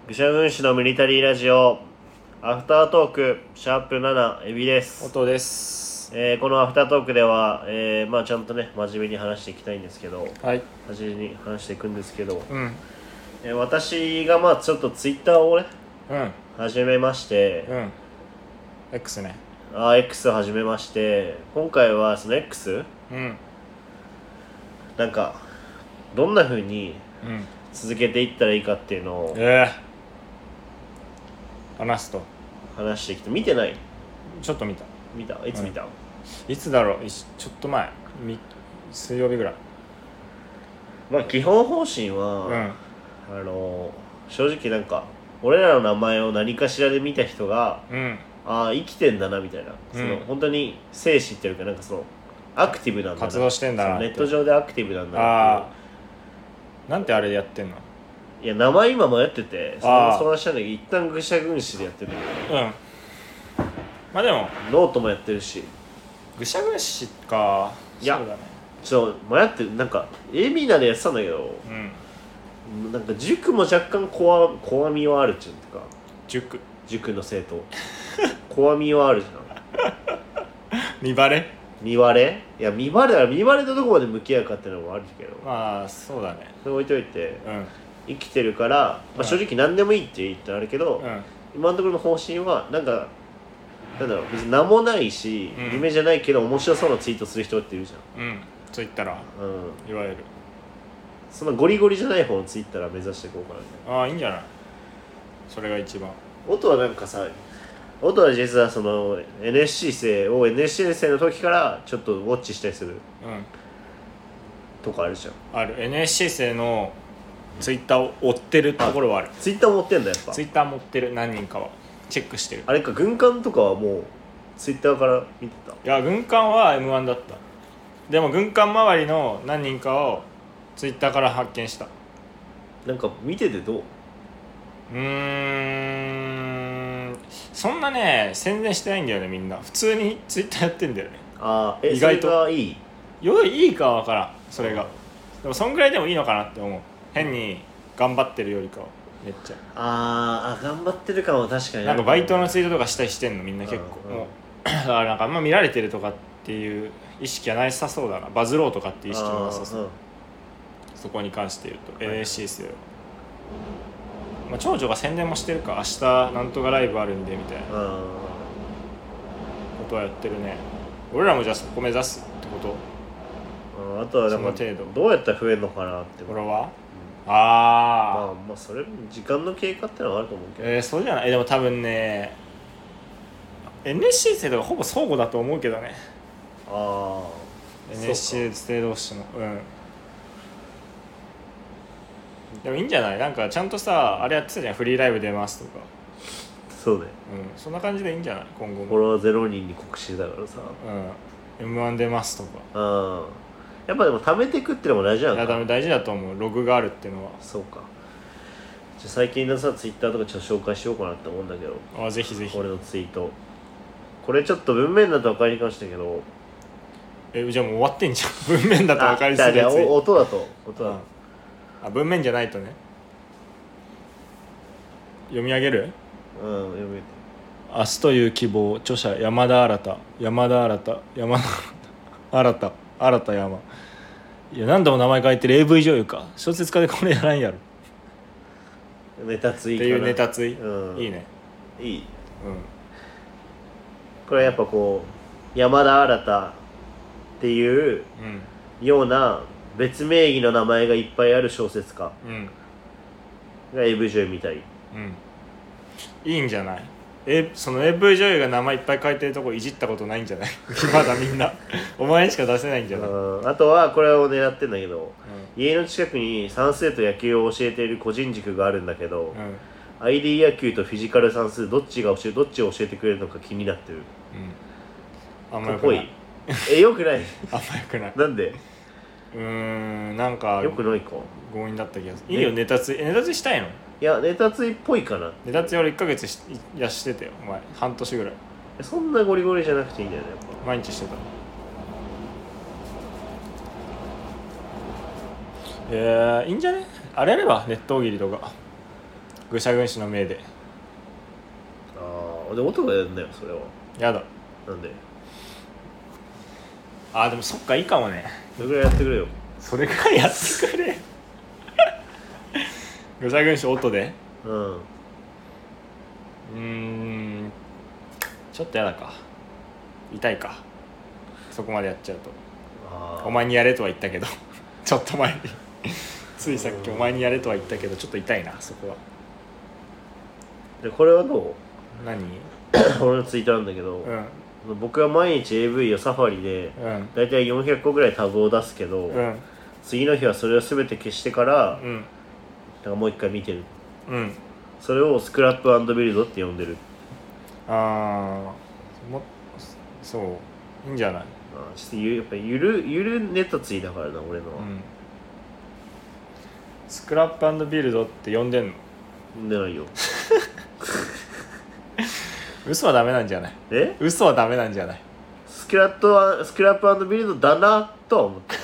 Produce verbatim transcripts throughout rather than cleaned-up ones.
愚者軍師のミリタリーラジオアフタートークシャープななエビです。 音です、 えー、このアフタートークでは、えーまあ、ちゃんとね真面目に話していきたいんですけど、 はい、 真面目に話していくんですけど、 うんえー、私がまあちょっとツイッターをねうん始めまして、 うん X ねあ X を始めまして、今回はその X うんなんかどんな風にうん続けていったらいいかっていうのをええ話すと話してきて、見てない？ ちょっと見た。 見た？いつ見た？ うんいつだろう、いちょっと前み水曜日ぐらい。 まあ基本方針は、 うんあの正直なんか俺らの名前を何かしらで見た人がうんああ生きてんだなみたいな、 うんその本当に生死っていうかなんかそのアクティブなんだな、 活動してんだなってネット上でアクティブなんだなあっあなんてあれでやってんの。 ていう。いや名前今迷ってて、そあーの相談したんだけど一旦愚者軍師でやってるんだけうんまあでもど、ノートもやってるし、 愚者軍師か。 いやそうだね。 ちょっと迷ってなんかエミナでやってたんだけど、 うんなんか塾も若干怖怖みはあるっちゅうか、 塾塾の生徒怖みはあるじゃん。 見バレ。 見割れいや見割れだから見割れとどこまで向き合うかっていうのもあるけど、 まあそうだね。 それ置いといてうん生きてるから、まあ、 うん正直何でもいいって言ってあるけど、 うん今のところの方針はなんかなんだろう、別に名もないし、 うん夢じゃないけど面白そうなツイートする人っているじうんそう言ったらゃん、うん、 いわゆるそんなゴリゴリじゃない方のツイッター目指していこうかなみたいな。 ああいいんじゃない。それが一番。 音はなんかさ、音は実はその エヌエスシー 生を エヌエスシー 生の時からちょっとウォッチしたりするうんとかあるじゃん。 ある エヌエスシー 生のツイッターを追ってるところはある。 ツイッター持ってんだやっぱ。 ツイッター持ってる何人かはチェックしてる。 あれか、軍艦とかはもうツイッターから見てた。 いや軍艦は エムワン だった。でも軍艦周りの何人かをツイッターから発見した。 なんか見ててどう？ うーんそんなね宣伝してないんだよね。みんな普通にツイッターやってんだよね。 あーえ意外とそれがいい。 よいいかは分からんそれが。でもそんぐらいでもいいのかなって思う。変に頑張ってるよりかはめっちゃあーあ頑張ってる感は確かになんかバイトのツイートとかしたりしてんのみんな結構。 うんうんもうだからなんかあんま見られてるとかっていう意識はなさそうだな。バズろうとかっていう意識もなさそう。 あーうんそこに関して言うとはいエヌエスシー ですよ。まあ、長女が宣伝もしてるか。明日なんとかライブあるんでみたいなあことはやってるね。俺らもじゃあそこ目指すってこと。 ーあとはなんかその程度どうやったら増えるのかなって。 フォロワー、 まあああまあそれ時間の経過ってのはあると思うけど、 えー、そうじゃない。えでも多分ね エヌエスシー 生とかほぼ相互だと思うけどね。 ああエヌエスシー 生同士のうんでもいいんじゃない。なんかちゃんとさあれやってたじゃん。フリーライブ出ますとか。 そうね。 うんそんな感じでいいんじゃない今後も。 フォロワーゼロにんに告知だからさ、 うん エムワン 出ますとか。 うんやっぱでも貯めていくってのも大事ないのか。 や多分大事だと思う。ログがあるっていうのは。 そうか。じゃあ最近のさツイッターとかちょっと紹介しようかなって思うんだけど、 あぜひぜひ。 俺のツイートこれちょっと文面だと分かりにくいかもしれないけど、 えじゃあもう終わってんじゃん。文面だと分かりづあじゃあらいやつ。 お音だと音だと、 あ文面じゃないとね。読み上げる。 うん読めて。 明日という希望。著者山田新山田新山田新新新山。いや何度も名前書いてる エーブイ 女優か。小説家でこれやらんやろネタツイっていうネタツイ、 うん、 いいね。 いい。 うんこれやっぱこう山田新っていううんような別名義の名前がいっぱいある小説家うんが エーブイ 女優みたい。 うんいいんじゃない。えその エーブイ 女優が名前いっぱい書いてるとこいじったことないんじゃないまだみんなお前にしか出せないんじゃない。うんうんあとはこれを狙ってんだけど、家の近くに算数と野球を教えている個人塾があるんだけど、アイディー 野球とフィジカル算数どっちが教えどっちを教えてくれるのか気になってる。 うんあんまよぽいくないえよくないあんまよくない。 なんでうーんなんかよくないか。 強引だった気がする。いいよネタツイ。ネタツイしたいの。 いやネタツイっぽいかな。 ネタツイ俺いっかげつしいやしてたよ。お前半年ぐらいそんなゴリゴリじゃなくていいんだよねやっぱ。 毎日してた。えー、いいんじゃね。あれやればネット大喜利とか愚者軍師の命で。 ああで音がやるんだよそれは。 やだ。 なんであーでもそっかいいかもね。 それぐらいやってくれよ。 それぐらいやってくれ愚者軍師音で。 うんうーんちょっとやだか。痛いかそこまでやっちゃうと。 あお前にやれとは言ったけどちょっと前についさっきお前にやれとは言ったけどちょっと痛いなそこは。 でこれはどう何俺のツイートなんだけど、 うん僕は毎日 エーブイ をサファリでうんだいたいよんひゃっこぐらいタグを出すけど、 うん次の日はそれを全て消してからうんなんかもう一回見てる。 うんそれをスクラップ&ビルドって呼んでる。 ああもそういいんじゃない。 あちょっとゆやっぱゆるゆるネタツイだからな俺のは。 うんスクラップ&ビルドって呼んでんの。 呼んでないよ。 嘘はダメなんじゃない。 え嘘はダメなんじゃない。 スクラップはスクラップ&ビルドだなとは思って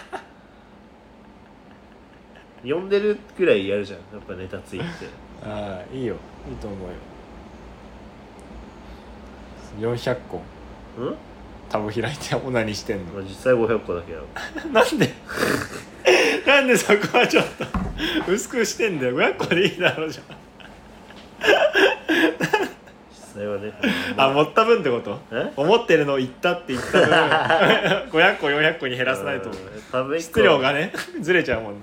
る。呼んでるくらいやるじゃんやっぱネタツイって。 ああいいよいいと思うよ。よんひゃっこうんタブ開いてオナニーしてんの。 まあ実際ごひゃっこだけどなんでなんでそこはちょっと薄くしてんだよ。ごひゃっこでいいだろうじゃん。 実際はねあ持った分ってこと。 え思ってるのを言ったって言った分ごひゃっこよんひゃっこに減らさないと多分質量がねずれちゃうもんね。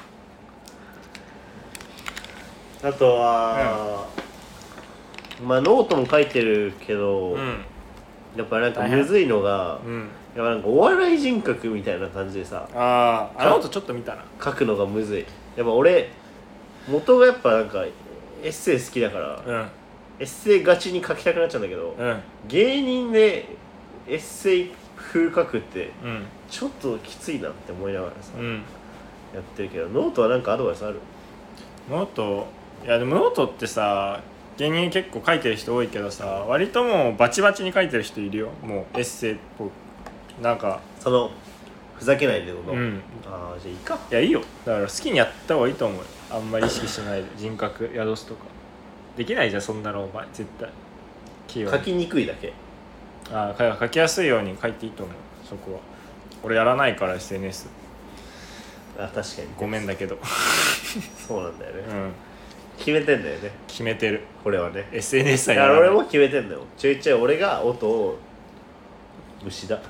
あとは、まあノートも書いてるけど、 うんやっぱなんかむずいのが、 うんやっぱなんかお笑い人格みたいな感じでさあああの音ちょっと見たな。 書くのがむずい。やっぱ俺元がやっぱなんかエッセイ好きだから、 うんエッセイガチに書きたくなっちゃうんだけど、 うん芸人でエッセイ風書くってうんちょっときついなって思いながらさ、 うんやってるけど、ノートはなんかアドバイスある？ ノートいやでもノートってさ芸人結構書いてる人多いけどさ割ともうバチバチに書いてる人いるよ。もうエッセイっぽくなんかそのふざけないでこと、 うんああじゃあいいか。 いやいいよだから好きにやった方がいいと思うよ。あんまり意識しないで人格宿すとかできないじゃんそんなのお前絶対器用に書きにくいだけ。 ああ書きやすいように書いていいと思うそこは。俺やらないから エスエヌエスあ確かにごめんだけどそうなんだよね、 うん決めてんだよね決めてるこれはね。 エスエヌエスだかはやらない。 ら俺も決めてんだよ。ちょいちょい俺が音を虫だ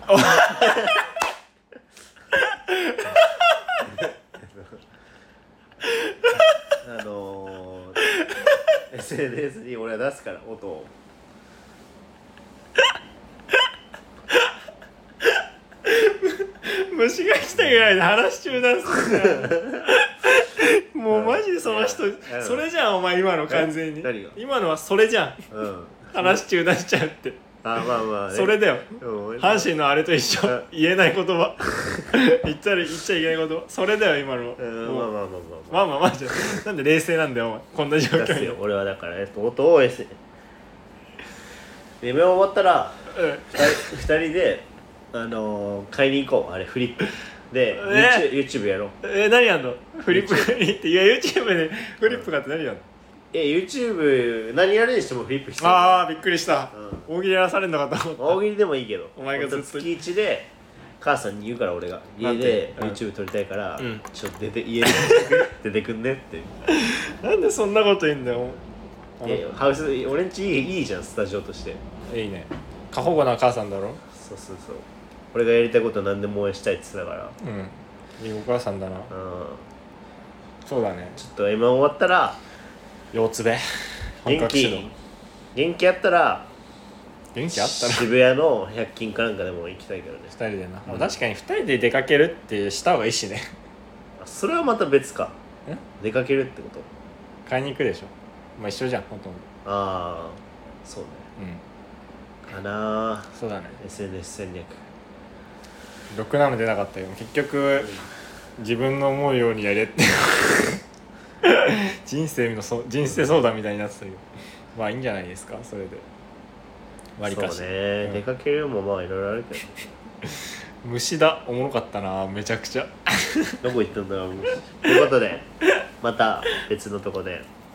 あのー、エスエヌエス に俺は出すから音を。 虫が来たぐらいで話中断するんだよもうマジでその人それじゃんお前今の完全に何が今のはそれじゃんうん話中断しちゃうってあまあまあねそれだようん阪神のあれと一緒うん言えない言葉言ったら言っちゃいけない言葉それだよ今のうんまあまあまあまあまあまあまあじゃあなんで冷静なんだよお前こんな状出す況によ俺は。だからえっと音を S 夢終わったらうんふたりであのー、買いに行こうあれフリップで、 え YouTube, YouTube やろう。 えー、何やんのフリップにっていや YouTube でフリップがって何やんの。 え YouTube 何やるにしてもフリップしてる。 ああびっくりした、 うん大喜利やらされるのかと思った。 大喜利でもいいけどお前がずっと月いちで母さんに言うから俺が家なんでてうん YouTube 撮りたいから、 うんちょっと出て家に出てくんねってなんでそんなこと言うんだよ。あのえハウス俺んちいいいいじゃんスタジオとして。 いいね。過保護な母さんだろ。 そうそうそう俺がやりたいこと何でも応援したいって言ってたからうんいいお母さんだな。 うんそうだね。 ちょっと今終わったら腰つべ本元格指導気元気あったら元気あったら渋谷のひゃく均かなんかでも行きたいけどね。 ふたりでな、 うん確かにふたりで出かけるってした方がいいしね。 あそれはまた別か。出かけるってこと。 買いに行くでしょ。まあ一緒じゃんほとんど。 ああそうねうんかな。 そうだね。 エスエヌエス 戦略ろくなの出なかったよ結局自分の思うようにやれって人生のそ人生相談みたいになってたけどまあいいんじゃないですかそれで割りかしそうね、 うん出かけるもまあいろいろあるけど虫だおもろかったなめちゃくちゃどこ行ったんだろうということでまた別のとこで